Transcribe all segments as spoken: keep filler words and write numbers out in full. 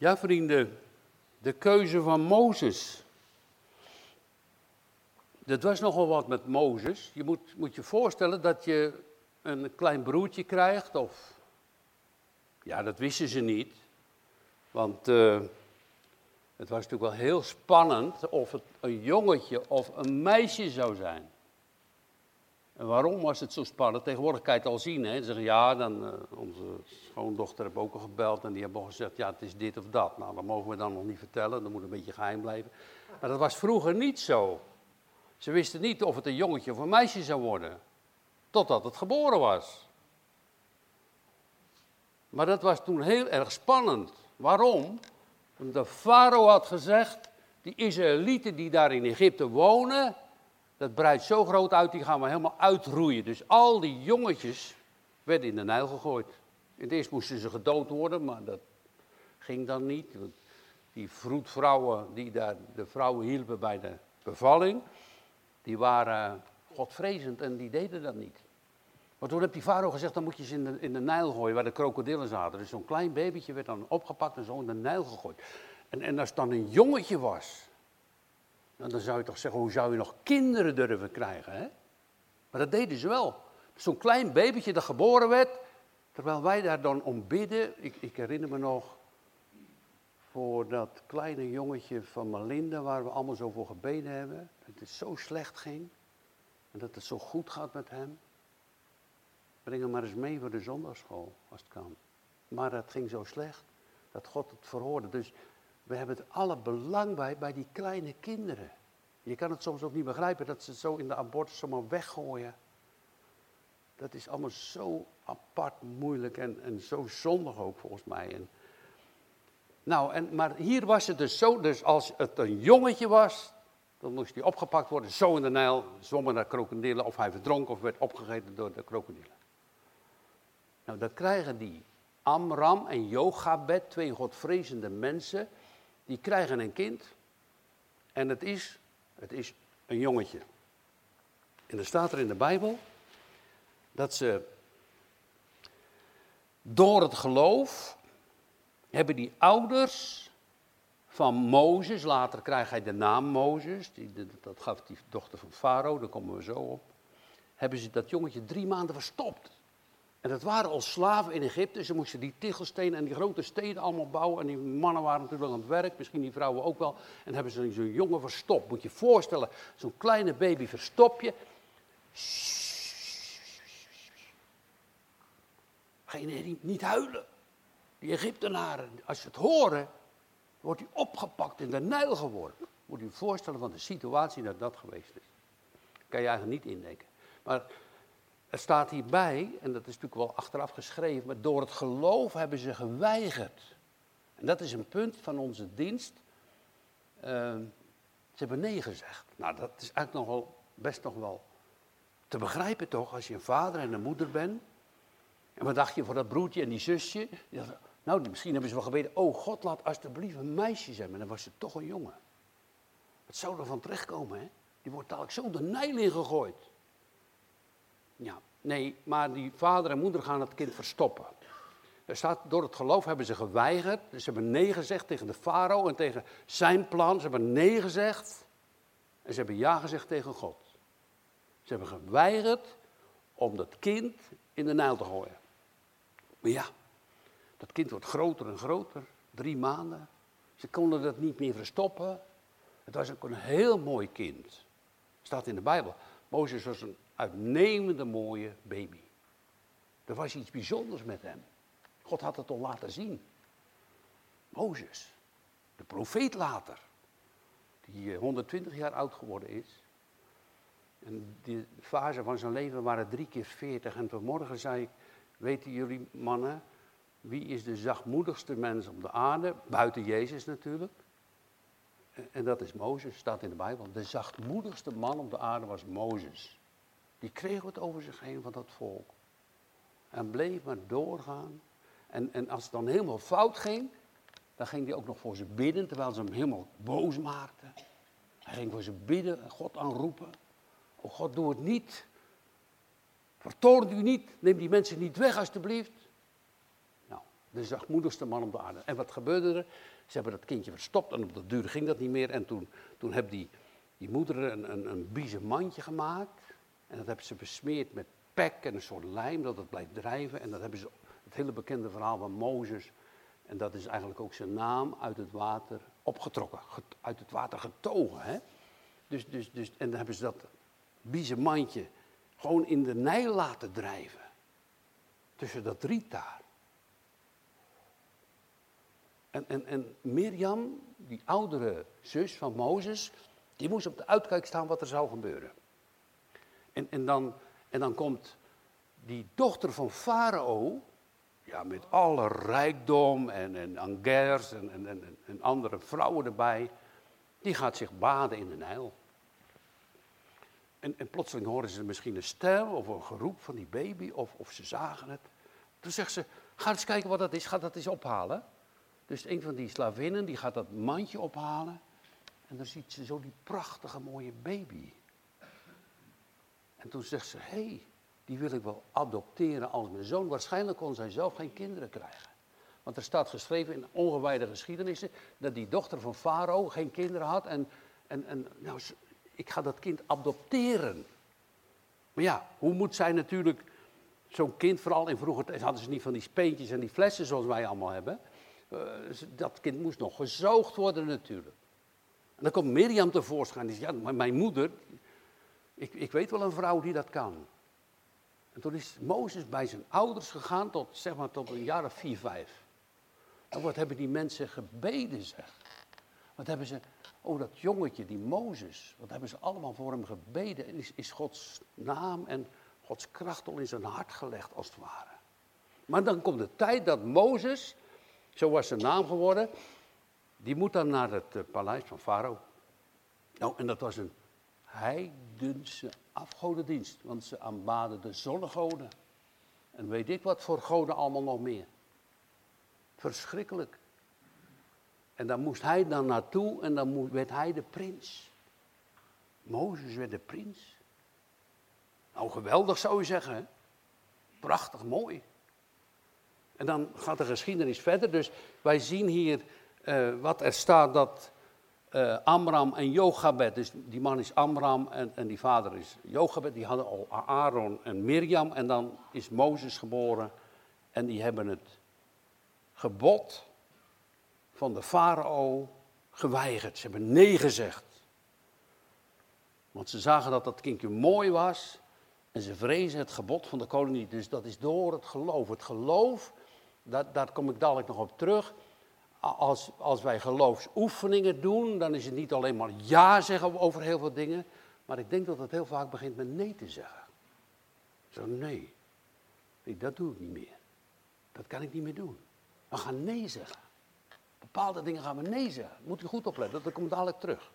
Ja, vrienden, de keuze van Mozes. Dat was nogal wat met Mozes. Je moet, moet je voorstellen dat je een klein broertje krijgt, of... Ja, dat wisten ze niet. Want uh, het was natuurlijk wel heel spannend of het een jongetje of een meisje zou zijn. En waarom was het zo spannend? Tegenwoordig kan je het al zien. Hè? Ze zeggen, ja, dan, uh, onze schoondochter heeft ook al gebeld en die hebben al gezegd, ja, het is dit of dat. Nou, dat mogen we dan nog niet vertellen, dat moet een beetje geheim blijven. Maar dat was vroeger niet zo. Ze wisten niet of het een jongetje of een meisje zou worden. Totdat het geboren was. Maar dat was toen heel erg spannend. Waarom? Omdat de farao had gezegd, die Israëlieten die daar in Egypte wonen, dat breidt zo groot uit, die gaan we helemaal uitroeien. Dus al die jongetjes werden in de Nijl gegooid. In het eerst moesten ze gedood worden, maar dat ging dan niet. Want die vroedvrouwen die daar de vrouwen hielpen bij de bevalling, die waren godvrezend en die deden dat niet. Maar toen heeft die farao gezegd, dan moet je ze in de, in de Nijl gooien, waar de krokodillen zaten. Dus zo'n klein babytje werd dan opgepakt en zo in de Nijl gegooid. En, en als het dan een jongetje was, nou, dan zou je toch zeggen, hoe zou je nog kinderen durven krijgen, hè? Maar dat deden ze wel. Zo'n klein babytje dat geboren werd, terwijl wij daar dan om bidden. Ik, ik herinner me nog, voor dat kleine jongetje van Melinda, waar we allemaal zo voor gebeden hebben, dat het zo slecht ging en dat het zo goed gaat met hem. Breng hem maar eens mee voor de zondagsschool, als het kan. Maar het ging zo slecht, dat God het verhoorde. Dus we hebben het alle belang bij, bij die kleine kinderen. Je kan het soms ook niet begrijpen, dat ze het zo in de abortus zomaar weggooien. Dat is allemaal zo apart, moeilijk en, en zo zondig ook volgens mij. En, nou, en, maar hier was het dus zo, dus als het een jongetje was, dan moest hij opgepakt worden, zo in de Nijl, zwommen naar krokodillen, of hij verdronk of werd opgegeten door de krokodillen. Nou, dan krijgen die Amram en Jochebed, twee godvrezende mensen, die krijgen een kind. En het is, het is een jongetje. En er staat er in de Bijbel dat ze door het geloof hebben die ouders van Mozes, later krijgt hij de naam Mozes, die, dat gaf die dochter van Farao, daar komen we zo op, hebben ze dat jongetje drie maanden verstopt. En dat waren al slaven in Egypte, ze moesten die tichelstenen en die grote steden allemaal bouwen. En die mannen waren natuurlijk wel aan het werk, misschien die vrouwen ook wel. En hebben ze zo'n jongen verstopt. Moet je je voorstellen, zo'n kleine baby verstop je. Geen, niet huilen. Die Egyptenaren, als ze het horen, wordt hij opgepakt in de Nijl geworpen. Moet je je voorstellen van de situatie dat dat geweest is. Kan je eigenlijk niet indenken. Maar er staat hierbij, en dat is natuurlijk wel achteraf geschreven, maar door het geloof hebben ze geweigerd. En dat is een punt van onze dienst. Uh, ze hebben nee gezegd. Nou, dat is eigenlijk nog wel, best nog wel te begrijpen toch, als je een vader en een moeder bent. En wat dacht je voor dat broertje en die zusje? Die dacht, nou, misschien hebben ze wel gebeden, oh God, laat alsjeblieft een meisje zijn. Maar dan was ze toch een jongen. Wat zou er van terechtkomen, hè? Die wordt dadelijk zo de Nijl ingegooid. Ja, nee, maar die vader en moeder gaan het kind verstoppen. Er staat, door het geloof hebben ze geweigerd. Dus ze hebben nee gezegd tegen de farao en tegen zijn plan. Ze hebben nee gezegd. En ze hebben ja gezegd tegen God. Ze hebben geweigerd om dat kind in de Nijl te gooien. Maar ja, dat kind wordt groter en groter. Drie maanden. Ze konden dat niet meer verstoppen. Het was ook een heel mooi kind. Staat in de Bijbel. Mozes was een uitnemende mooie baby. Er was iets bijzonders met hem. God had het al laten zien. Mozes, de profeet later, die honderdtwintig jaar oud geworden is. En die fase van zijn leven waren drie keer veertig. En vanmorgen zei ik, weten jullie mannen, wie is de zachtmoedigste mens op de aarde? Buiten Jezus natuurlijk. En dat is Mozes, staat in de Bijbel. De zachtmoedigste man op de aarde was Mozes. Die kreeg het over zich heen van dat volk. En bleef maar doorgaan. En, en als het dan helemaal fout ging, dan ging hij ook nog voor ze bidden, terwijl ze hem helemaal boos maakten. Hij ging voor ze bidden en God aanroepen. Oh God, doe het niet. Vertoornt u niet. Neem die mensen niet weg alstublieft. Nou, De zachtmoedigste man op de aarde. En wat gebeurde er? Ze hebben dat kindje verstopt en op de duur ging dat niet meer. En toen, toen heeft die, die moeder een, een, een biezen mandje gemaakt. En dat hebben ze besmeerd met pek en een soort lijm, dat het blijft drijven. En dat hebben ze, het hele bekende verhaal van Mozes. En dat is eigenlijk ook zijn naam uit het water opgetrokken. Get, uit het water getogen. Hè? Dus, dus, dus, en dan hebben ze dat biezen mandje gewoon in de Nijl laten drijven. Tussen dat riet daar. En, en, en Mirjam, die oudere zus van Mozes, die moest op de uitkijk staan wat er zou gebeuren. En, en, dan, en dan komt die dochter van Farao, ja, met alle rijkdom en, en angers en, en, en, en andere vrouwen erbij, die gaat zich baden in de Nijl. En, en plotseling horen ze misschien een stem of een geroep van die baby, of, of ze zagen het. Toen zegt ze, ga eens kijken wat dat is, ga dat eens ophalen. Dus een van die slavinnen, die gaat dat mandje ophalen. En dan ziet ze zo die prachtige mooie baby. En toen zegt ze, hé, hey, die wil ik wel adopteren als mijn zoon. Waarschijnlijk kon zij zelf geen kinderen krijgen. Want er staat geschreven in ongewijde geschiedenissen dat die dochter van Farao geen kinderen had. En, en, en nou, ik ga dat kind adopteren. Maar ja, hoe moet zij natuurlijk zo'n kind, vooral in vroeger tijd hadden ze niet van die speentjes en die flessen zoals wij allemaal hebben. Uh, dat kind moest nog gezoogd worden natuurlijk. En dan komt Mirjam tevoorschijn en die zegt, ja, maar mijn moeder, ik, ik weet wel een vrouw die dat kan. En toen is Mozes bij zijn ouders gegaan tot, zeg maar, tot een jaar of vier, vijf. En wat hebben die mensen gebeden, zeg. Wat hebben ze, oh dat jongetje, die Mozes, wat hebben ze allemaal voor hem gebeden. En is, is Gods naam en Gods kracht al in zijn hart gelegd, als het ware. Maar dan komt de tijd dat Mozes, zo was zijn naam geworden, die moet dan naar het uh, paleis van Farao. Nou, en dat was een heidense afgodendienst, want ze aanbaden de zonnegoden. En weet ik wat voor goden allemaal nog meer. Verschrikkelijk. En dan moest hij dan naartoe en dan moest, werd hij de prins. Mozes werd de prins. Nou, geweldig zou je zeggen, hè? Prachtig, mooi. En dan gaat de geschiedenis verder. Dus wij zien hier uh, wat er staat dat uh, Amram en Jochebed, dus die man is Amram en, en die vader is Jochebed, die hadden al Aaron en Mirjam en dan is Mozes geboren en die hebben het gebod van de farao geweigerd. Ze hebben nee gezegd. Want ze zagen dat dat kindje mooi was en ze vrezen het gebod van de koning niet. Dus dat is door het geloof. Het geloof, dat, daar kom ik dadelijk nog op terug. Als, als wij geloofsoefeningen doen, dan is het niet alleen maar ja zeggen over heel veel dingen. Maar ik denk dat het heel vaak begint met nee te zeggen. Zo nee, nee, dat doe ik niet meer. Dat kan ik niet meer doen. We gaan nee zeggen. Bepaalde dingen gaan we nee zeggen. Moet u goed opletten, dat komt dadelijk terug.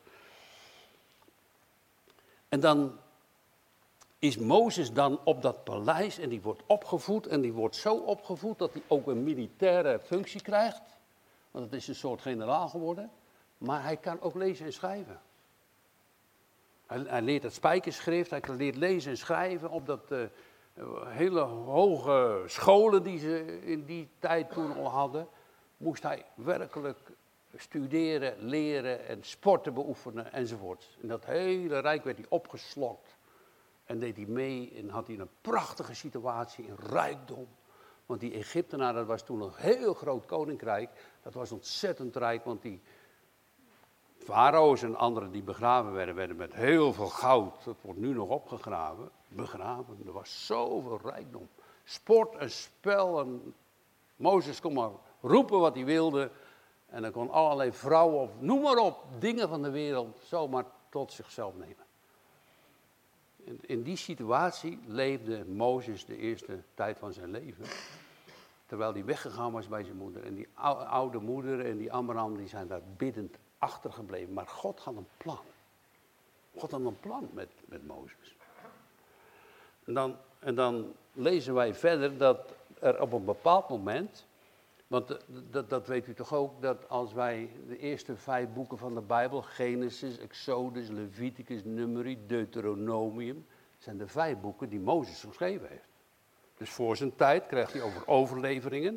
En dan is Mozes dan op dat paleis en die wordt opgevoed. En die wordt zo opgevoed dat hij ook een militaire functie krijgt. Want het is een soort generaal geworden. Maar hij kan ook lezen en schrijven. Hij, hij leert het spijkerschrift, hij leert lezen en schrijven op dat uh, hele hoge scholen die ze in die tijd toen al hadden. Moest hij werkelijk studeren, leren en sporten beoefenen enzovoort. In dat hele rijk werd hij opgeslokt. En deed hij mee en had hij een prachtige situatie in rijkdom. Want die Egyptenaren, dat was toen een heel groot koninkrijk. Dat was ontzettend rijk, want die farao's en anderen die begraven werden, werden met heel veel goud. Dat wordt nu nog opgegraven, begraven. Er was zoveel rijkdom. Sport en spel en Mozes kon maar roepen wat hij wilde. En dan kon allerlei vrouwen of noem maar op, dingen van de wereld zomaar tot zichzelf nemen. In, in die situatie leefde Mozes de eerste tijd van zijn leven. Terwijl hij weggegaan was bij zijn moeder. En die oude, oude moeder en die Amram die zijn daar biddend achtergebleven. Maar God had een plan. God had een plan met, met Mozes. En dan, en dan lezen wij verder dat er op een bepaald moment... Want dat, dat weet u toch ook, dat als wij de eerste vijf boeken van de Bijbel, Genesis, Exodus, Leviticus, Numeri, Deuteronomium, zijn de vijf boeken die Mozes geschreven heeft. Dus voor zijn tijd krijgt hij over overleveringen.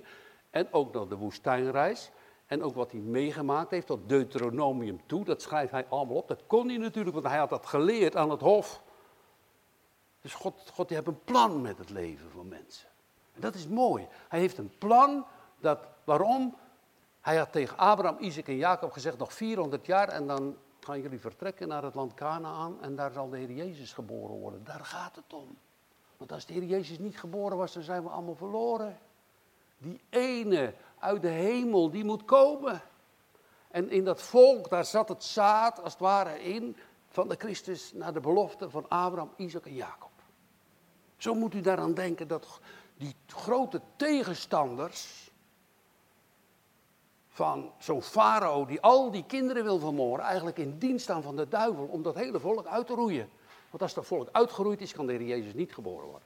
En ook nog de woestijnreis. En ook wat hij meegemaakt heeft, tot Deuteronomium toe. Dat schrijft hij allemaal op. Dat kon hij natuurlijk, want hij had dat geleerd aan het hof. Dus God, God die heeft een plan met het leven van mensen. En dat is mooi. Hij heeft een plan. Dat, waarom? Hij had tegen Abraham, Isaac en Jacob gezegd, nog vierhonderd jaar en dan gaan jullie vertrekken naar het land Kanaan en daar zal de Heer Jezus geboren worden. Daar gaat het om. Want als de Heer Jezus niet geboren was, dan zijn we allemaal verloren. Die ene uit de hemel, die moet komen. En in dat volk, daar zat het zaad, als het ware, in van de Christus naar de belofte van Abraham, Isaac en Jacob. Zo moet u daaraan denken dat die grote tegenstanders van zo'n farao die al die kinderen wil vermoorden, eigenlijk in dienst staan van de duivel om dat hele volk uit te roeien. Want als dat volk uitgeroeid is, kan de Heer Jezus niet geboren worden.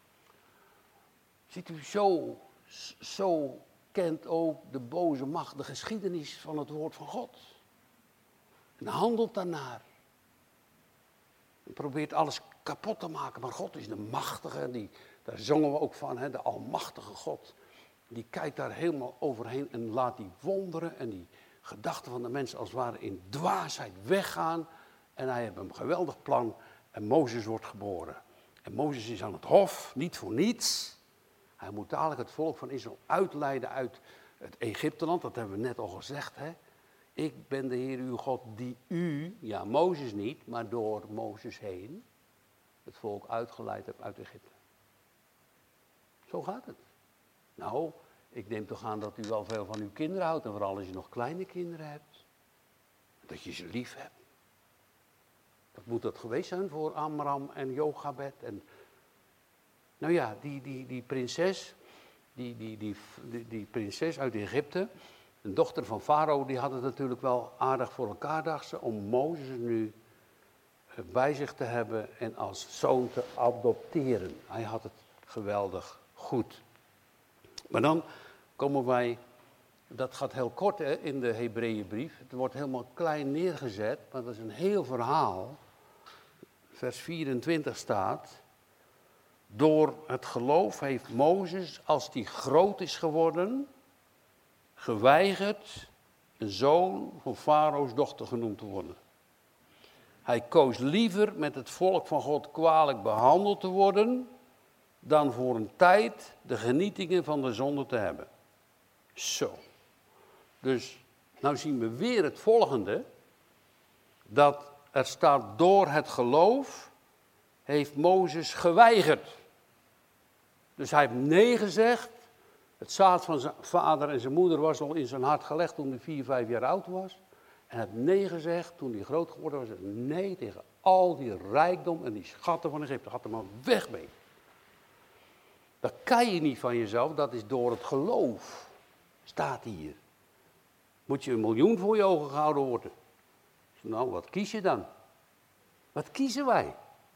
Ziet u, zo, zo kent ook de boze macht de geschiedenis van het woord van God. En handelt daarnaar. En probeert alles kapot te maken, maar God is de machtige, die, daar zongen we ook van, hè, de almachtige God. Die kijkt daar helemaal overheen en laat die wonderen en die gedachten van de mensen als het ware in dwaasheid weggaan. En hij heeft een geweldig plan en Mozes wordt geboren. En Mozes is aan het hof, niet voor niets. Hij moet dadelijk het volk van Israël uitleiden uit het Egypteland, dat hebben we net al gezegd. Hè? Ik ben de Heer uw God die u, ja Mozes niet, maar door Mozes heen, het volk uitgeleid hebt uit Egypte. Zo gaat het. Nou, ik neem toch aan dat u wel veel van uw kinderen houdt. En vooral als je nog kleine kinderen hebt. Dat je ze lief hebt. Dat moet dat geweest zijn voor Amram en Jochebed. En nou ja, die, die, die prinses, die, die, die, die, die prinses uit Egypte, een dochter van Farao, die had het natuurlijk wel aardig voor elkaar, dacht ze, om Mozes nu bij zich te hebben en als zoon te adopteren. Hij had het geweldig goed. Maar dan komen wij, dat gaat heel kort hè, in de Hebreeënbrief. Het wordt helemaal klein neergezet, maar dat is een heel verhaal. Vers vierentwintig staat, door het geloof heeft Mozes, als die groot is geworden, geweigerd een zoon van Farao's dochter genoemd te worden. Hij koos liever met het volk van God kwalijk behandeld te worden, dan voor een tijd de genietingen van de zonde te hebben. Zo. Dus, nou zien we weer het volgende. Dat er staat, door het geloof heeft Mozes geweigerd. Dus hij heeft nee gezegd. Het zaad van zijn vader en zijn moeder was al in zijn hart gelegd toen hij vier, vijf jaar oud was. En hij heeft nee gezegd toen hij groot geworden was. Nee tegen al die rijkdom en die schatten van Egypte. Had er maar weg mee. Dat kan je niet van jezelf, dat is door het geloof. Staat hier. Moet je een miljoen voor je ogen gehouden worden. Nou, wat kies je dan? Wat kiezen wij?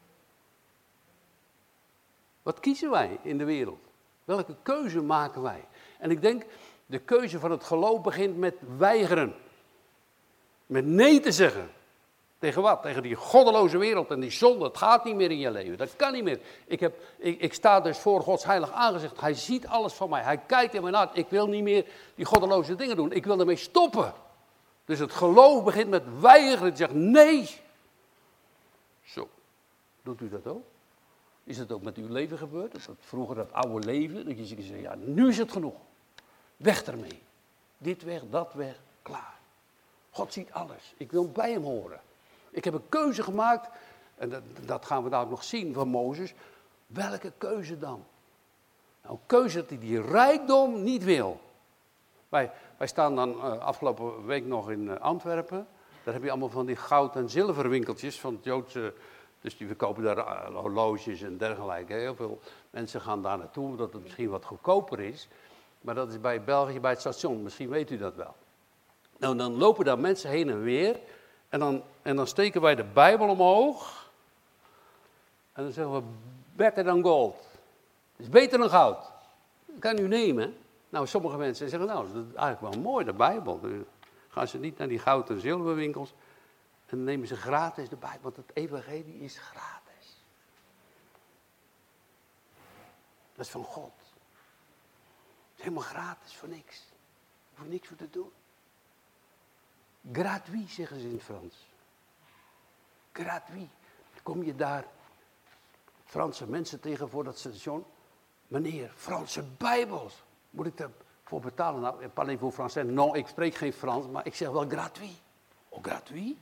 Wat kiezen wij in de wereld? Welke keuze maken wij? En ik denk, de keuze van het geloof begint met weigeren. Met nee te zeggen. Tegen wat? Tegen die goddeloze wereld en die zonde. Het gaat niet meer in je leven. Dat kan niet meer. Ik, heb, ik, ik sta dus voor Gods heilig aangezicht. Hij ziet alles van mij. Hij kijkt in mijn hart. Ik wil niet meer die goddeloze dingen doen. Ik wil ermee stoppen. Dus het geloof begint met weigeren. Het zegt nee. Zo. Doet u dat ook? Is het ook met uw leven gebeurd? Dat vroeger dat oude leven. Dat je zegt, ja, nu is het genoeg. Weg ermee. Dit weg, dat weg. Klaar. God ziet alles. Ik wil bij hem horen. Ik heb een keuze gemaakt, en dat, dat gaan we daar nog zien van Mozes. Welke keuze dan? Nou, een keuze dat hij die rijkdom niet wil. Wij, wij staan dan uh, afgelopen week nog in uh, Antwerpen. Daar heb je allemaal van die goud- en zilverwinkeltjes van het Joodse. Dus die verkopen daar uh, horloges en dergelijke. Heel veel mensen gaan daar naartoe, omdat het misschien wat goedkoper is. Maar dat is bij België bij het station, misschien weet u dat wel. Nou, dan lopen daar mensen heen en weer. En dan, en dan steken wij de Bijbel omhoog. En dan zeggen we, better than gold. Het is beter dan goud. Dat kan u nemen. Nou, sommige mensen zeggen, nou, dat is eigenlijk wel mooi, de Bijbel. Dan gaan ze niet naar die goud- en zilverwinkels. En dan nemen ze gratis de Bijbel. Want het evangelie is gratis. Dat is van God. is helemaal gratis, voor niks. Je hoeft niks voor te doen. Gratuit, zeggen ze in het Frans. Gratuit. Kom je daar Franse mensen tegen voor dat station? Meneer, Franse Bijbels. Moet ik daarvoor betalen? Nou, parlez-vous français? Non, ik spreek geen Frans, maar ik zeg wel gratuit. Oh, gratuit?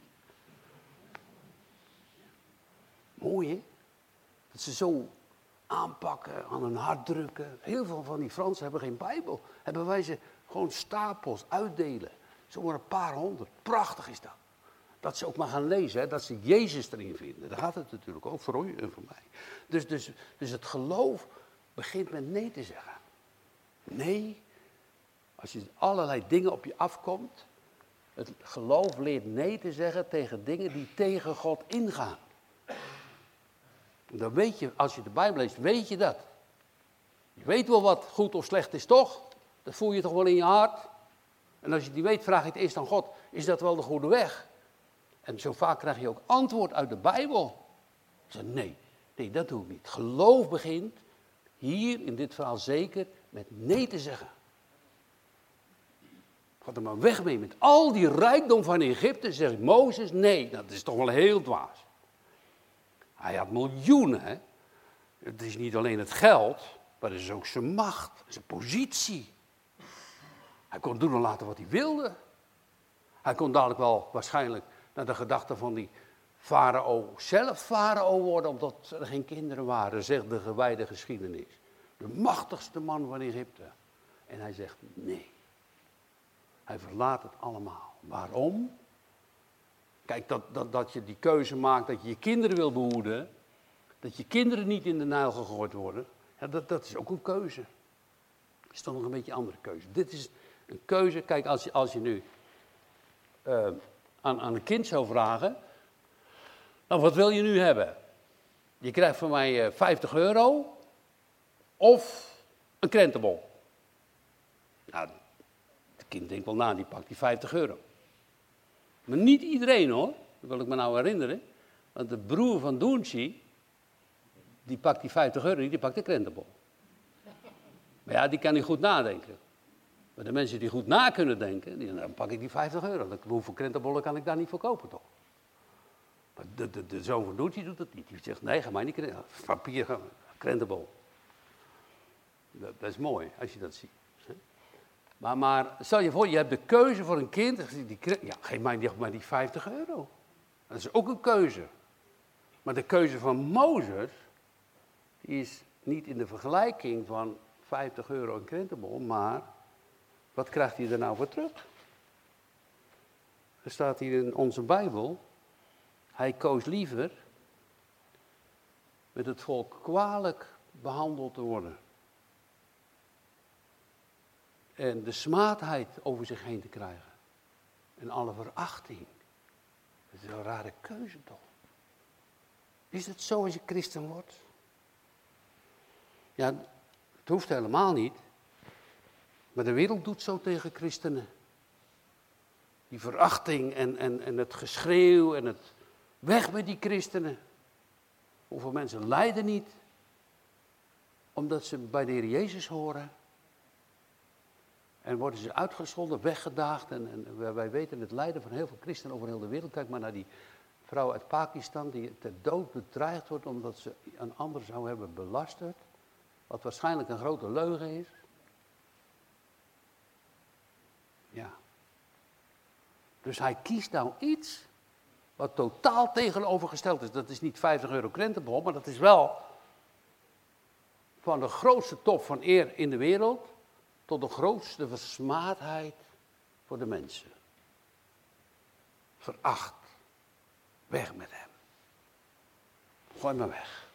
Mooi, hè? Dat ze zo aanpakken, aan hun hart drukken. Heel veel van die Fransen hebben geen Bijbel. Hebben wij ze gewoon stapels uitdelen. Zomaar een paar honderd. Prachtig is dat. Dat ze ook maar gaan lezen, hè? Dat ze Jezus erin vinden. Daar gaat het natuurlijk ook voor u en voor mij. Dus, dus, dus het geloof begint met nee te zeggen. Nee, als je allerlei dingen op je afkomt. Het geloof leert nee te zeggen tegen dingen die tegen God ingaan. Dan weet je, als je de Bijbel leest, weet je dat. Je weet wel wat goed of slecht is, toch? Dat voel je toch wel in je hart? En als je die weet, vraag je het eerst aan God, is dat wel de goede weg? En zo vaak krijg je ook antwoord uit de Bijbel. Ik zeg, nee, nee, dat doe ik niet. Geloof begint, hier in dit verhaal zeker, met nee te zeggen. Ga er maar weg mee met al die rijkdom van Egypte, zegt Mozes, nee, dat is toch wel heel dwaas. Hij had miljoenen, hè. Het is niet alleen het geld, maar het is ook zijn macht, zijn positie. Hij kon doen en laten wat hij wilde. Hij kon dadelijk wel waarschijnlijk naar de gedachte van die farao zelf farao worden, omdat er geen kinderen waren, zegt de gewijde geschiedenis. De machtigste man van Egypte. En hij zegt nee. Hij verlaat het allemaal. Waarom? Kijk, dat, dat, dat je die keuze maakt, dat je je kinderen wil behoeden, dat je kinderen niet in de Nijl gegooid worden, ja, dat, dat is ook een keuze. Dat is toch nog een beetje een andere keuze. Dit is een keuze, kijk, als je, als je nu uh, aan, aan een kind zou vragen, nou, wat wil je nu hebben? Je krijgt van mij uh, vijftig euro of een krentenbol. Nou, het kind denkt wel na, die pakt die vijftig euro. Maar niet iedereen hoor, dat wil ik me nou herinneren. Want de broer van Doentje, die pakt die vijftig euro, die pakt de krentenbol. Maar ja, die kan niet goed nadenken. Maar de mensen die goed na kunnen denken, die, dan pak ik die vijftig euro. Hoeveel krentenbollen kan ik daar niet voor kopen toch? Maar de, de, de zoon van Doentje doet dat niet. Die zegt, nee, ga mij niet krentenbol. Papier, krentenbol. Dat, dat is mooi, als je dat ziet. Maar, maar stel je voor, je hebt de keuze voor een kind. Die, ja, geef mij die, maar die vijftig euro. Dat is ook een keuze. Maar de keuze van Mozes, die is niet in de vergelijking van vijftig euro en krentenbol, maar wat krijgt hij er nou voor terug? Er staat hier in onze Bijbel, hij koos liever met het volk kwalijk behandeld te worden. En de smaadheid over zich heen te krijgen. En alle verachting. Dat is een rare keuze toch? Is het zo als je christen wordt? Ja, het hoeft helemaal niet. Maar de wereld doet zo tegen christenen. Die verachting en, en, en het geschreeuw en het weg met die christenen. Hoeveel mensen lijden niet omdat ze bij de Heer Jezus horen. En worden ze uitgescholden, weggedaagd. En, en wij weten het lijden van heel veel christenen over heel de wereld. Kijk maar naar die vrouw uit Pakistan die ter dood bedreigd wordt omdat ze een ander zou hebben belasterd. Wat waarschijnlijk een grote leugen is. Ja. Dus hij kiest nou iets wat totaal tegenovergesteld is. Dat is niet vijftig euro krentenbol, maar dat is wel van de grootste top van eer in de wereld tot de grootste versmaadheid voor de mensen. Veracht. Weg met hem. Gooi maar weg.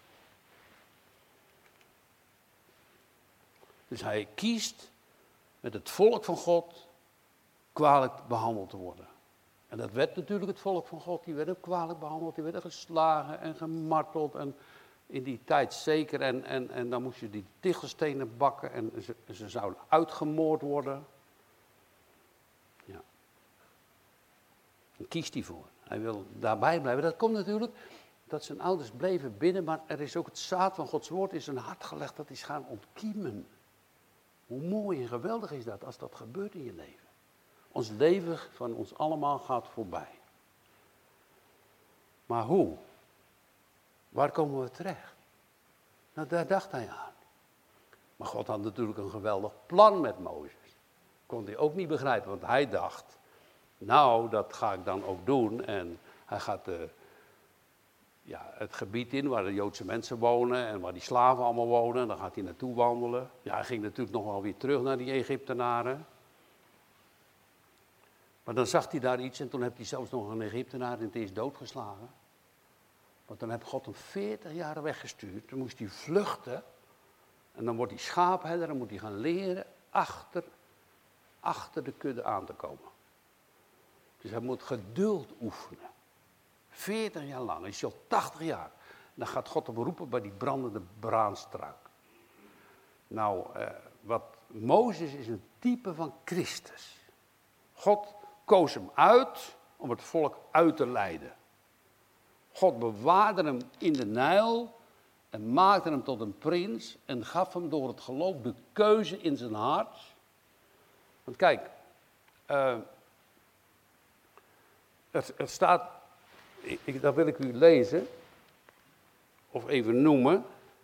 Dus hij kiest met het volk van God kwalijk behandeld te worden. En dat werd natuurlijk het volk van God, die werden kwalijk behandeld, die werden geslagen en gemarteld. En in die tijd zeker, en, en, en dan moest je die tichelstenen bakken en ze, ze zouden uitgemoord worden. Ja. En kiest hij voor. Hij wil daarbij blijven. Dat komt natuurlijk dat zijn ouders bleven binnen, maar er is ook het zaad van Gods woord in zijn hart gelegd, dat is gaan ontkiemen. Hoe mooi en geweldig is dat als dat gebeurt in je leven. Ons leven van ons allemaal gaat voorbij. Maar hoe? Waar komen we terecht? Nou, daar dacht hij aan. Maar God had natuurlijk een geweldig plan met Mozes. Kon hij ook niet begrijpen, want hij dacht, nou, dat ga ik dan ook doen. En hij gaat de, ja, het gebied in waar de Joodse mensen wonen en waar die slaven allemaal wonen. Dan gaat hij naartoe wandelen. Ja, hij ging natuurlijk nog wel weer terug naar die Egyptenaren. Maar dan zag hij daar iets en toen heeft hij zelfs nog een Egyptenaar in het eerst doodgeslagen. Want dan heeft God hem veertig jaar weggestuurd. Toen moest hij vluchten. En dan wordt hij schaapherder, dan moet hij gaan leren achter, achter de kudde aan te komen. Dus hij moet geduld oefenen. veertig jaar lang, hij is al tachtig jaar. Dan gaat God hem roepen bij die brandende braamstruik. Nou, eh, wat Mozes is een type van Christus. God koos hem uit om het volk uit te leiden. God bewaarde hem in de Nijl en maakte hem tot een prins en gaf hem door het geloof de keuze in zijn hart. Want kijk, uh, er, er staat, ik, dat wil ik u lezen, of even noemen.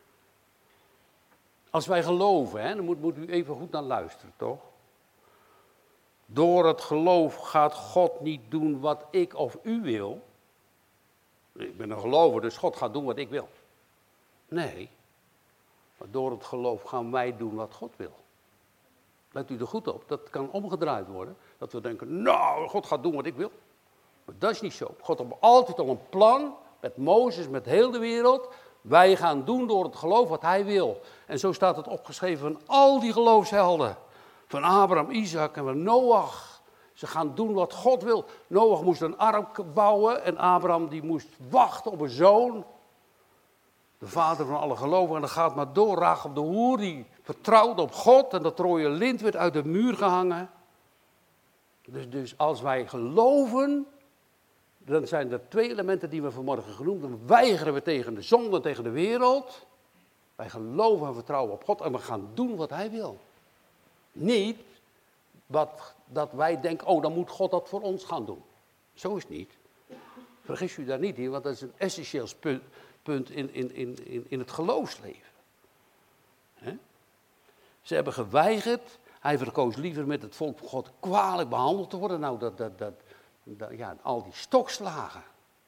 Als wij geloven, hè, dan moet, moet u even goed naar luisteren, toch? Door het geloof gaat God niet doen wat ik of u wil. Ik ben een gelover, dus God gaat doen wat ik wil. Nee, maar door het geloof gaan wij doen wat God wil. Let u er goed op, dat kan omgedraaid worden. Dat we denken, nou, God gaat doen wat ik wil. Maar dat is niet zo. God heeft altijd al een plan, met Mozes, met heel de wereld. Wij gaan doen door het geloof wat hij wil. En zo staat het opgeschreven van al die geloofshelden. Van Abraham, Isaac en van Noach. Ze gaan doen wat God wil. Noach moest een ark bouwen en Abraham die moest wachten op een zoon. De vader van alle gelovigen. En dat gaat maar door. Rachab de hoer die vertrouwde op God en dat rode lint werd uit de muur gehangen. Dus, dus als wij geloven, dan zijn er twee elementen die we vanmorgen genoemd hebben. Dan weigeren we tegen de zonde, tegen de wereld. Wij geloven en vertrouwen op God en we gaan doen wat hij wil. Niet wat, dat wij denken, oh dan moet God dat voor ons gaan doen. Zo is het niet. Vergis u daar niet in, want dat is een essentieel punt, punt in, in, in, in het geloofsleven. He? Ze hebben geweigerd, hij verkoos liever met het volk van God kwalijk behandeld te worden. Nou, dat, dat, dat, dat, ja, al die stokslagen.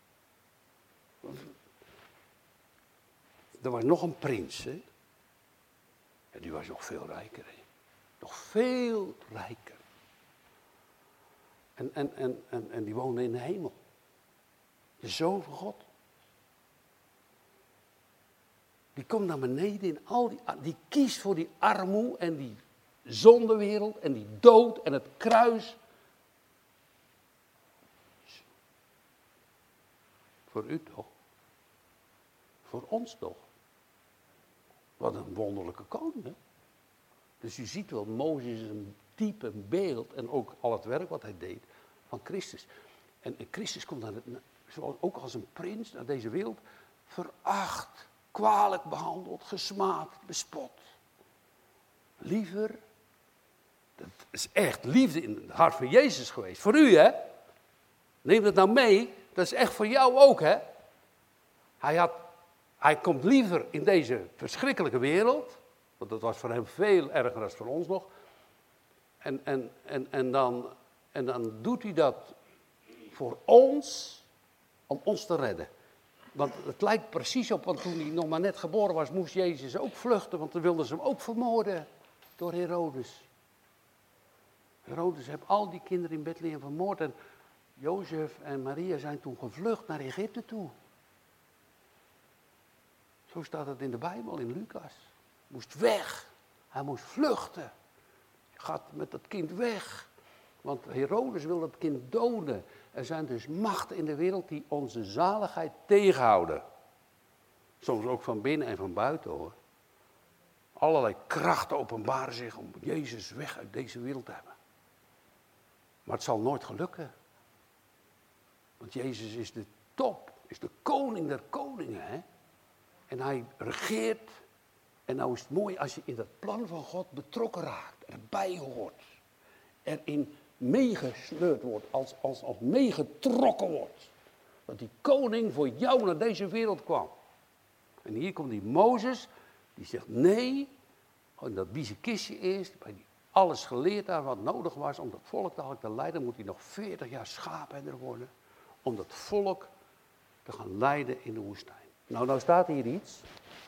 Er was nog een prins, hè? En die was nog veel rijker, hè? Nog veel rijker. En, en, en, en, en die woonde in de hemel. De Zoon van God. Die komt naar beneden in al die... Die kiest voor die armoe en die zondewereld en die dood en het kruis. Voor u toch? Voor ons toch? Wat een wonderlijke koning, hè? Dus u ziet wel, Mozes is een type, een beeld en ook al het werk wat hij deed van Christus. En, en Christus komt dan ook als een prins naar deze wereld, veracht, kwalijk behandeld, gesmaad, bespot. Liever, dat is echt liefde in het hart van Jezus geweest. Voor u, hè? Neem dat nou mee, dat is echt voor jou ook, hè? Hij, had, hij komt liever in deze verschrikkelijke wereld. Want dat was voor hem veel erger dan voor ons nog. En, en, en, en, dan, en dan doet hij dat voor ons, om ons te redden. Want het lijkt precies op, want toen hij nog maar net geboren was, moest Jezus ook vluchten. Want dan wilden ze hem ook vermoorden door Herodes. Herodes heeft al die kinderen in Bethlehem vermoord. En Jozef en Maria zijn toen gevlucht naar Egypte toe. Zo staat het in de Bijbel, in Lucas. Moest weg. Hij moest vluchten. Gaat met dat kind weg. Want Herodes wil dat kind doden. Er zijn dus machten in de wereld die onze zaligheid tegenhouden. Soms ook van binnen en van buiten, hoor. Allerlei krachten openbaren zich om Jezus weg uit deze wereld te hebben. Maar het zal nooit gelukken. Want Jezus is de top. Is de koning der koningen, hè. En hij regeert En nou is het mooi als je in dat plan van God betrokken raakt, erbij hoort, erin meegesleurd wordt, als, als, als meegetrokken wordt. Dat die koning voor jou naar deze wereld kwam. En hier komt die Mozes, die zegt nee, in dat biezenkistje eerst, bij die alles geleerd daar wat nodig was om dat volk dadelijk te leiden, moet hij nog veertig jaar schaapherder worden, om dat volk te gaan leiden in de woestijn. Nou, nou staat hier iets,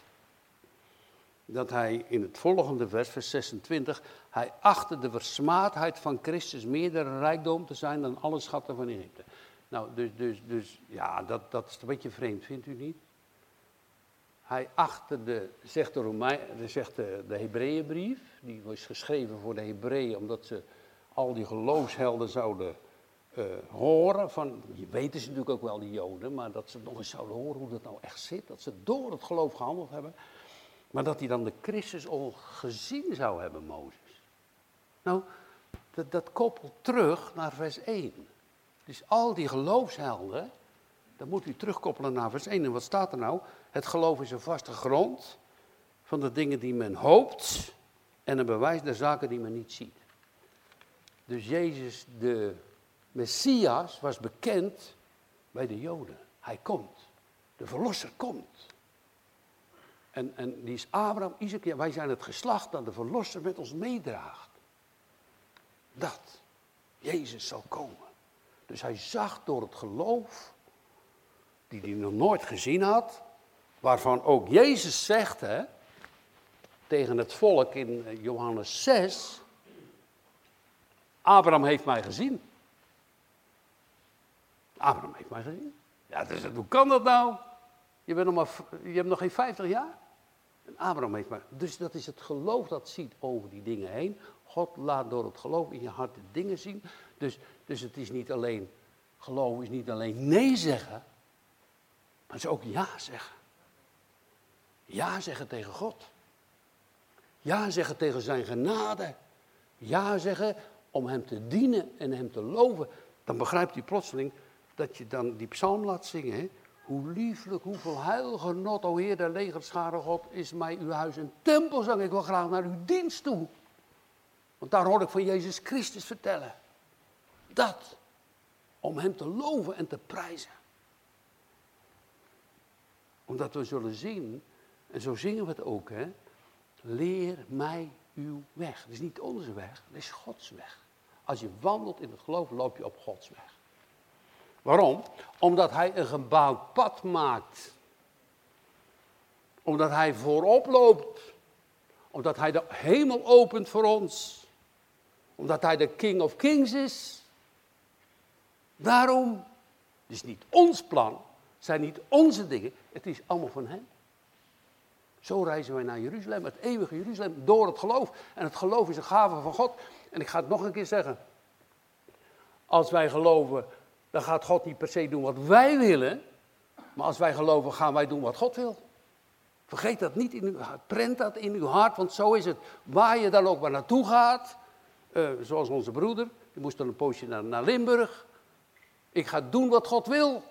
dat hij in het volgende vers, vers zesentwintig, hij achtte de versmaadheid van Christus meerdere rijkdom te zijn dan alle schatten van Egypte. Nou, dus, dus, dus ja, dat, dat is een beetje vreemd, vindt u niet? Hij achtte de, zegt de, Romein, zegt de, de Hebreeënbrief, die was geschreven voor de Hebreeën, omdat ze al die geloofshelden zouden uh, horen. Van, je weten ze natuurlijk ook wel, die Joden, maar dat ze nog eens zouden horen hoe dat nou echt zit. Dat ze door het geloof gehandeld hebben. Maar dat hij dan de Christus al gezien zou hebben, Mozes. Nou, dat, dat koppelt terug naar vers één. Dus al die geloofshelden, dan moet u terugkoppelen naar vers één. En wat staat er nou? Het geloof is een vaste grond van de dingen die men hoopt en een bewijs der zaken die men niet ziet. Dus Jezus, de Messias, was bekend bij de Joden. Hij komt. De Verlosser komt. En, en die is Abraham, Isaac, ja, wij zijn het geslacht dat de Verlosser met ons meedraagt. Dat Jezus zal komen. Dus hij zag door het geloof, die hij nog nooit gezien had, waarvan ook Jezus zegt, hè, tegen het volk in Johannes zes, Abraham heeft mij gezien. Abraham heeft mij gezien. Ja, dus, hoe kan dat nou? Je, bent nog maar, je hebt nog geen vijftig jaar. En Abraham heeft mij. Dus dat is het geloof dat ziet over die dingen heen. God laat door het geloof in je hart de dingen zien. Dus, dus het is niet alleen, geloof is niet alleen nee zeggen, maar het is ook ja zeggen. Ja zeggen tegen God. Ja zeggen tegen zijn genade. Ja zeggen om hem te dienen en hem te loven. Dan begrijpt u plotseling dat je dan die psalm laat zingen. Hè? Hoe lieflijk, hoeveel heilgenot, o Heer der legerschare God, is mij uw huis een tempel, zang ik wel graag naar uw dienst toe. Want daar hoor ik van Jezus Christus vertellen. Dat, om hem te loven en te prijzen. Omdat we zullen zien, en zo zingen we het ook, hè. Leer mij uw weg. Het is niet onze weg, het is Gods weg. Als je wandelt in het geloof, loop je op Gods weg. Waarom? Omdat hij een gebouwd pad maakt. Omdat hij voorop loopt. Omdat hij de hemel opent voor ons. Omdat hij de King of Kings is. Daarom, het is niet ons plan, het zijn niet onze dingen, het is allemaal van hem. Zo reizen wij naar Jeruzalem, het eeuwige Jeruzalem, door het geloof. En het geloof is een gave van God. En ik ga het nog een keer zeggen. Als wij geloven, dan gaat God niet per se doen wat wij willen. Maar als wij geloven, gaan wij doen wat God wil. Vergeet dat niet in uw hart. Prent dat in uw hart, want zo is het. Waar je dan ook maar naartoe gaat. Uh, zoals onze broeder, die moest dan een poosje naar, naar Limburg. Ik ga doen wat God wil.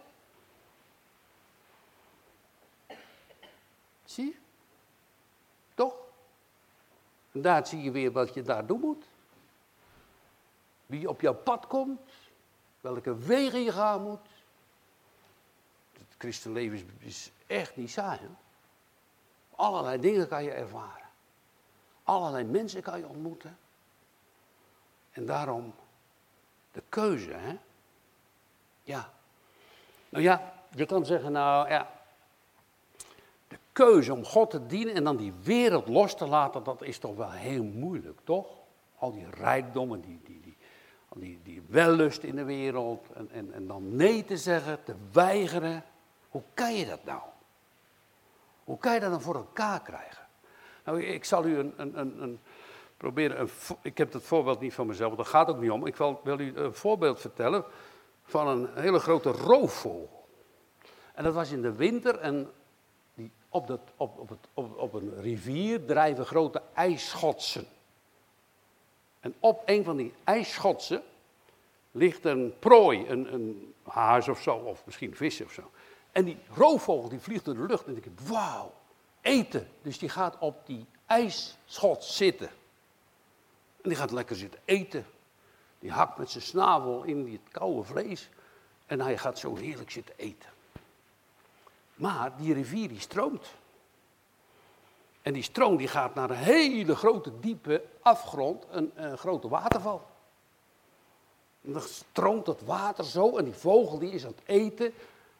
Zie je? Toch? En daar zie je weer wat je daar doen moet. Wie op jouw pad komt. Welke wegen je gaan moet. Het christenleven is, is echt niet saai. Hè? Allerlei dingen kan je ervaren. Allerlei mensen kan je ontmoeten. En daarom de keuze, hè. Ja. Nou ja, je kan zeggen, nou ja. De keuze om God te dienen en dan die wereld los te laten, dat is toch wel heel moeilijk, toch? Al die rijkdommen, die, die, die, die, die wellust in de wereld. En, en, en dan nee te zeggen, te weigeren. Hoe kan je dat nou? Hoe kan je dat dan voor elkaar krijgen? Nou, ik zal u een, een, een, een proberen, een, ik heb dat voorbeeld niet van mezelf, dat gaat ook niet om. Ik wil, wil u een voorbeeld vertellen van een hele grote roofvogel. En dat was in de winter en die op, dat, op, op, het, op, op een rivier drijven grote ijsschotsen. En op een van die ijsschotsen ligt een prooi, een, een haas of zo, of misschien vis of zo. En die roofvogel die vliegt door de lucht en ik denk, wauw, eten. Dus die gaat op die ijsschot zitten. En die gaat lekker zitten eten. Die hakt met zijn snavel in het koude vlees. En hij gaat zo heerlijk zitten eten. Maar die rivier die stroomt. En die stroom die gaat naar een hele grote diepe afgrond, een, een grote waterval. En dan stroomt dat water zo en die vogel die is aan het eten.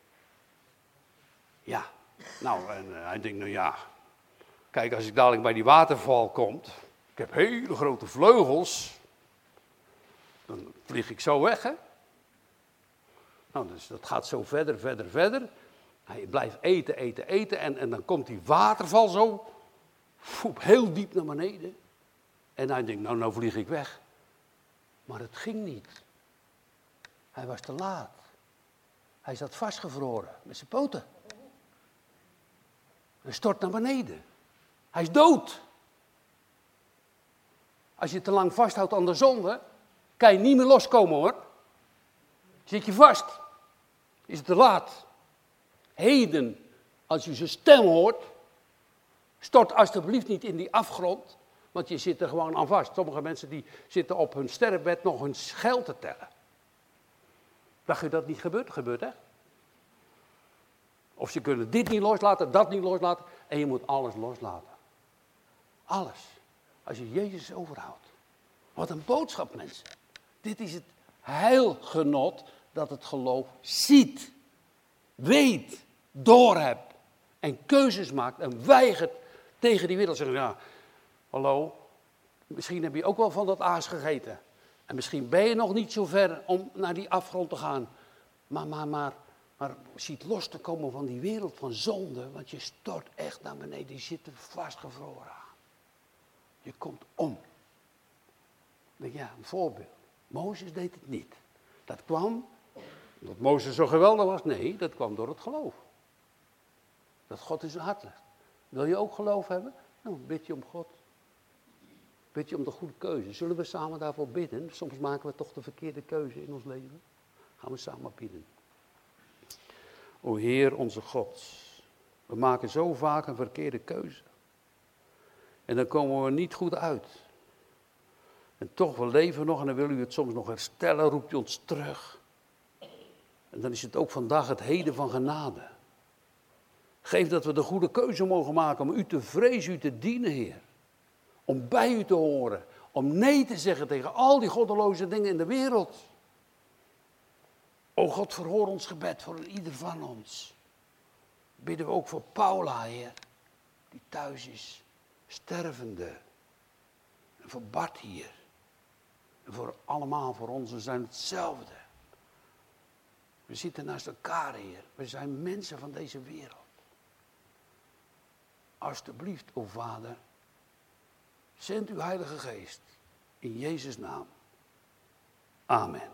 Ja, nou en uh, hij denkt nou ja, kijk als ik dadelijk bij die waterval kom, ik heb hele grote vleugels, dan vlieg ik zo weg hè. Nou dus dat gaat zo verder, verder, verder. Hij blijft eten, eten, eten en, en dan komt die waterval zo foep, heel diep naar beneden. En hij denkt, nou, nou vlieg ik weg. Maar het ging niet. Hij was te laat. Hij zat vastgevroren met zijn poten. Hij stort naar beneden. Hij is dood. Als je te lang vasthoudt aan de zonde, kan je niet meer loskomen hoor. Zit je vast, is het te laat. Heden, als je zijn stem hoort, stort alsjeblieft niet in die afgrond, want je zit er gewoon aan vast. Sommige mensen die zitten op hun sterfbed nog hun geld te tellen. Dacht je dat niet gebeurt? Gebeurt hè? Of ze kunnen dit niet loslaten, dat niet loslaten. En je moet alles loslaten. Alles. Als je Jezus overhoudt. Wat een boodschap mensen. Dit is het heilgenot dat het geloof ziet, weet, doorhebt en keuzes maakt en weigert tegen die wereld. Zeggen, ja, hallo, misschien heb je ook wel van dat aas gegeten. En misschien ben je nog niet zo ver om naar die afgrond te gaan. Maar, maar, maar, maar ziet los te komen van die wereld van zonde, want je stort echt naar beneden, je zit er vastgevroren aan. Je komt om. Ja, een voorbeeld. Mozes deed het niet. Dat kwam, omdat Mozes zo geweldig was? Nee, dat kwam door het geloof. Dat God in zijn hart legt. Wil je ook geloof hebben? Nou, bid je om God. Bid je om de goede keuze. Zullen we samen daarvoor bidden? Soms maken we toch de verkeerde keuze in ons leven. Gaan we samen bidden. O Heer, onze God. We maken zo vaak een verkeerde keuze. En dan komen we niet goed uit. En toch, we leven nog en dan wil u het soms nog herstellen, roept u ons terug. En dan is het ook vandaag het heden van genade. Geef dat we de goede keuze mogen maken om u te vrezen, u te dienen, Heer. Om bij u te horen, om nee te zeggen tegen al die goddeloze dingen in de wereld. O God, verhoor ons gebed voor ieder van ons. Bidden we ook voor Paula, Heer, die thuis is, stervende. En voor Bart hier. En voor allemaal, voor ons, we zijn hetzelfde. We zitten naast elkaar, Heer. We zijn mensen van deze wereld. Alsjeblieft, o Vader, zend uw Heilige Geest in Jezus' naam. Amen.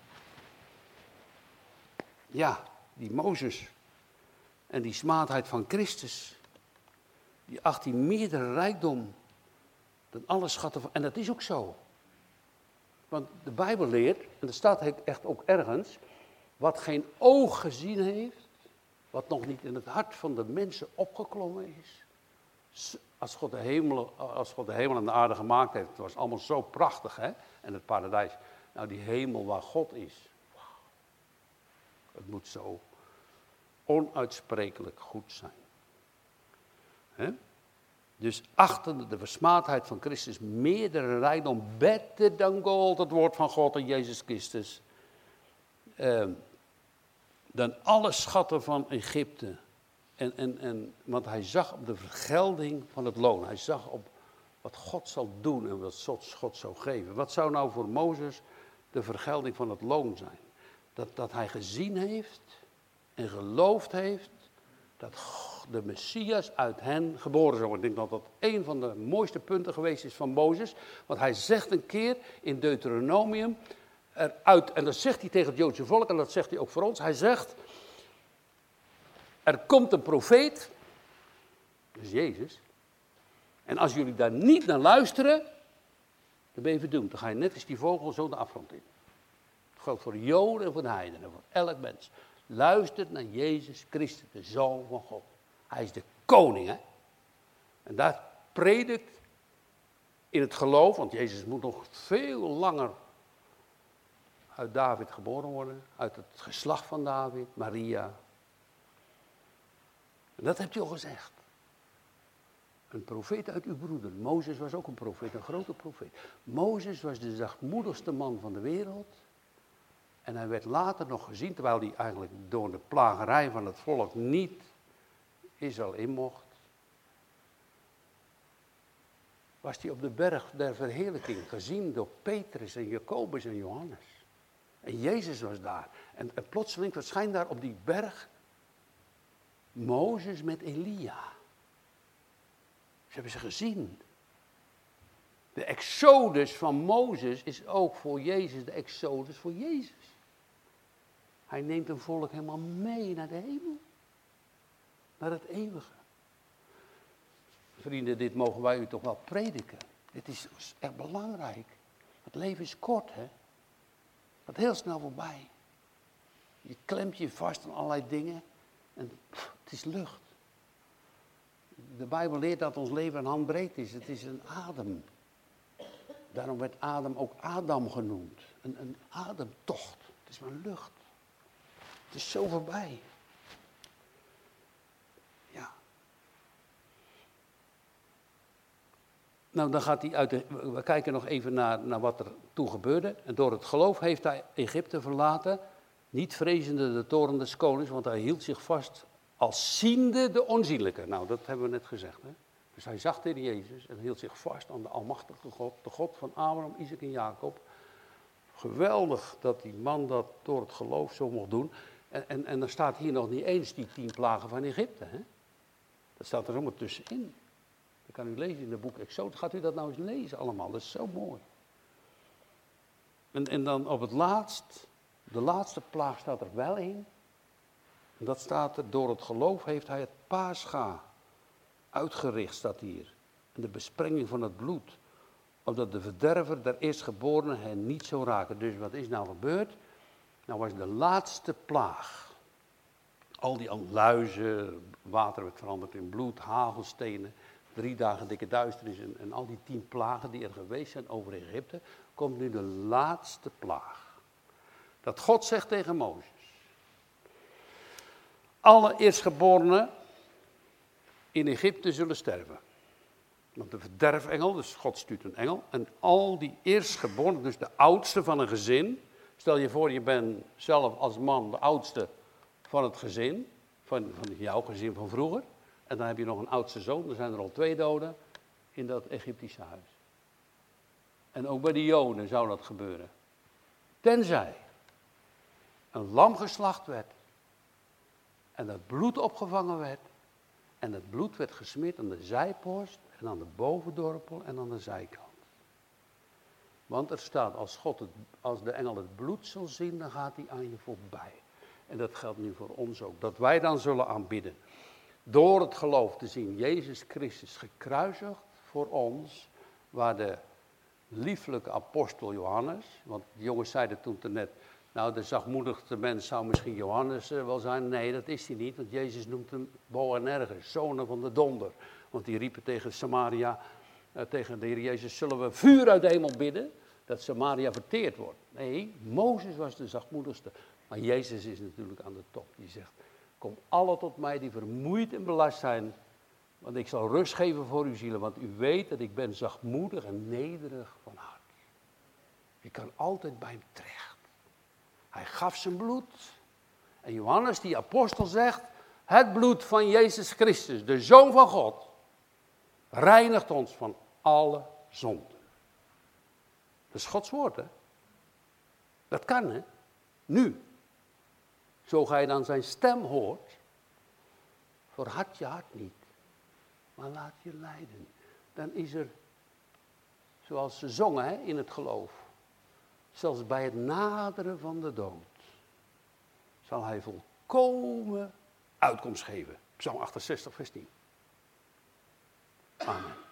Ja, die Mozes en die smaadheid van Christus, die acht die meerdere rijkdom dan alle schatten van, en dat is ook zo. Want de Bijbel leert, en dat staat echt ook ergens, wat geen oog gezien heeft, wat nog niet in het hart van de mensen opgeklommen is. Als God de hemel, als God de hemel en de aarde gemaakt heeft, het was allemaal zo prachtig, hè? En het paradijs. Nou, die hemel waar God is, wow. Het moet zo onuitsprekelijk goed zijn. Hè? Dus achtende de versmaadheid van Christus, meerdere rijkdom, beter dan gold, het woord van God en Jezus Christus, eh, dan alle schatten van Egypte. En, en, en, want hij zag op de vergelding van het loon. Hij zag op wat God zal doen en wat God zou geven. Wat zou nou voor Mozes de vergelding van het loon zijn? Dat, dat hij gezien heeft en geloofd heeft dat de Messias uit hen geboren zou worden. Ik denk dat dat een van de mooiste punten geweest is van Mozes. Want hij zegt een keer in Deuteronomium eruit, en dat zegt hij tegen het Joodse volk en dat zegt hij ook voor ons. Hij zegt, er komt een profeet, dus Jezus. En als jullie daar niet naar luisteren, dan ben je verdoemd. Dan ga je net als die vogel zo de afgrond in. Dat geldt voor de Joden en voor de heidenen, voor elk mens. Luister naar Jezus Christus, de Zoon van God. Hij is de koning, hè. En daar predikt in het geloof, want Jezus moet nog veel langer uit David geboren worden, uit het geslacht van David, Maria. En dat hebt u al gezegd. Een profeet uit uw broeder. Mozes was ook een profeet, een grote profeet. Mozes was de zachtmoedigste man van de wereld. En hij werd later nog gezien, terwijl hij eigenlijk door de plagerij van het volk niet Israël in mocht. Was hij op de berg der verheerlijking gezien door Petrus en Jacobus en Johannes. En Jezus was daar. En, en plotseling verschijnt daar op die berg Mozes met Elia. Ze hebben ze gezien. De exodus van Mozes is ook voor Jezus de exodus voor Jezus. Hij neemt een volk helemaal mee naar de hemel. Naar het eeuwige. Vrienden, dit mogen wij u toch wel prediken. Dit is echt belangrijk. Het leven is kort, hè. Het gaat heel snel voorbij. Je klemt je vast aan allerlei dingen. En pff, het is lucht. De Bijbel leert dat ons leven een handbreed is. Het is een adem. Daarom werd Adam ook Adam genoemd. Een, een ademtocht. Het is maar lucht. Het is zo voorbij. Ja. Nou, dan gaat hij uit de... We kijken nog even naar, naar wat er toen gebeurde. En door het geloof heeft hij Egypte verlaten. Niet vrezende de toren des konings, want hij hield zich vast als ziende de onzienlijke. Nou, dat hebben we net gezegd, hè. Dus hij zag de Heer Jezus en hield zich vast aan de almachtige God, de God van Abraham, Isaac en Jacob. Geweldig dat die man dat door het geloof zo mocht doen. En, en, en dan staat hier nog niet eens die tien plagen van Egypte, hè. Dat staat er zomaar tussenin. Dat kan u lezen in het boek Exodus. Gaat u dat nou eens lezen allemaal, dat is zo mooi. En, en dan op het laatst, de laatste plaag staat er wel in. En dat staat er, door het geloof heeft hij het Pascha uitgericht, staat hier. En de besprenging van het bloed. Opdat de verderver der eerstgeborenen hen niet zou raken. Dus wat is nou gebeurd? Nou was de laatste plaag. Al die luizen, water werd veranderd in bloed, hagelstenen. Drie dagen dikke duisternis en, en al die tien plagen die er geweest zijn over Egypte. Komt nu de laatste plaag. Dat God zegt tegen Mozes. Alle eerstgeborenen in Egypte zullen sterven. Want de verderfengel, dus God stuurt een engel. En al die eerstgeborenen, dus de oudste van een gezin. Stel je voor, je bent zelf als man de oudste van het gezin. Van, van jouw gezin van vroeger. En dan heb je nog een oudste zoon. Dan zijn er al twee doden in dat Egyptische huis. En ook bij de Joden zou dat gebeuren. Tenzij een lam geslacht werd. En dat bloed opgevangen werd. En dat bloed werd gesmeerd aan de zijpost en aan de bovendorpel en aan de zijkant. Want er staat, als, God het, als de engel het bloed zal zien, dan gaat hij aan je voorbij. En dat geldt nu voor ons ook. Dat wij dan zullen aanbidden. Door het geloof te zien, Jezus Christus gekruisigd voor ons, waar de lieflijke apostel Johannes, want de jongens zeiden toen net, nou de zachtmoedigste mens zou misschien Johannes wel zijn. Nee, dat is hij niet, want Jezus noemt hem Boanerges, zonen van de donder. Want die riepen tegen Samaria, uh, tegen de Heer Jezus, zullen we vuur uit de hemel bidden, dat Samaria verteerd wordt. Nee, Mozes was de zachtmoedigste, maar Jezus is natuurlijk aan de top. Die zegt, kom alle tot mij die vermoeid en belast zijn, want ik zal rust geven voor uw zielen, want u weet dat ik ben zachtmoedig en nederig van hart. Je kan altijd bij hem terecht. Hij gaf zijn bloed. En Johannes, die apostel, zegt, het bloed van Jezus Christus, de Zoon van God, reinigt ons van alle zonden. Dat is Gods woord, hè. Dat kan, hè. Nu. Zo ga je dan zijn stem hoort, verhard je hart niet, maar laat je leiden. Dan is er, zoals ze zongen, hè, in het geloof, zelfs bij het naderen van de dood, zal hij volkomen uitkomst geven. Psalm achtenzestig, vers tien. Amen.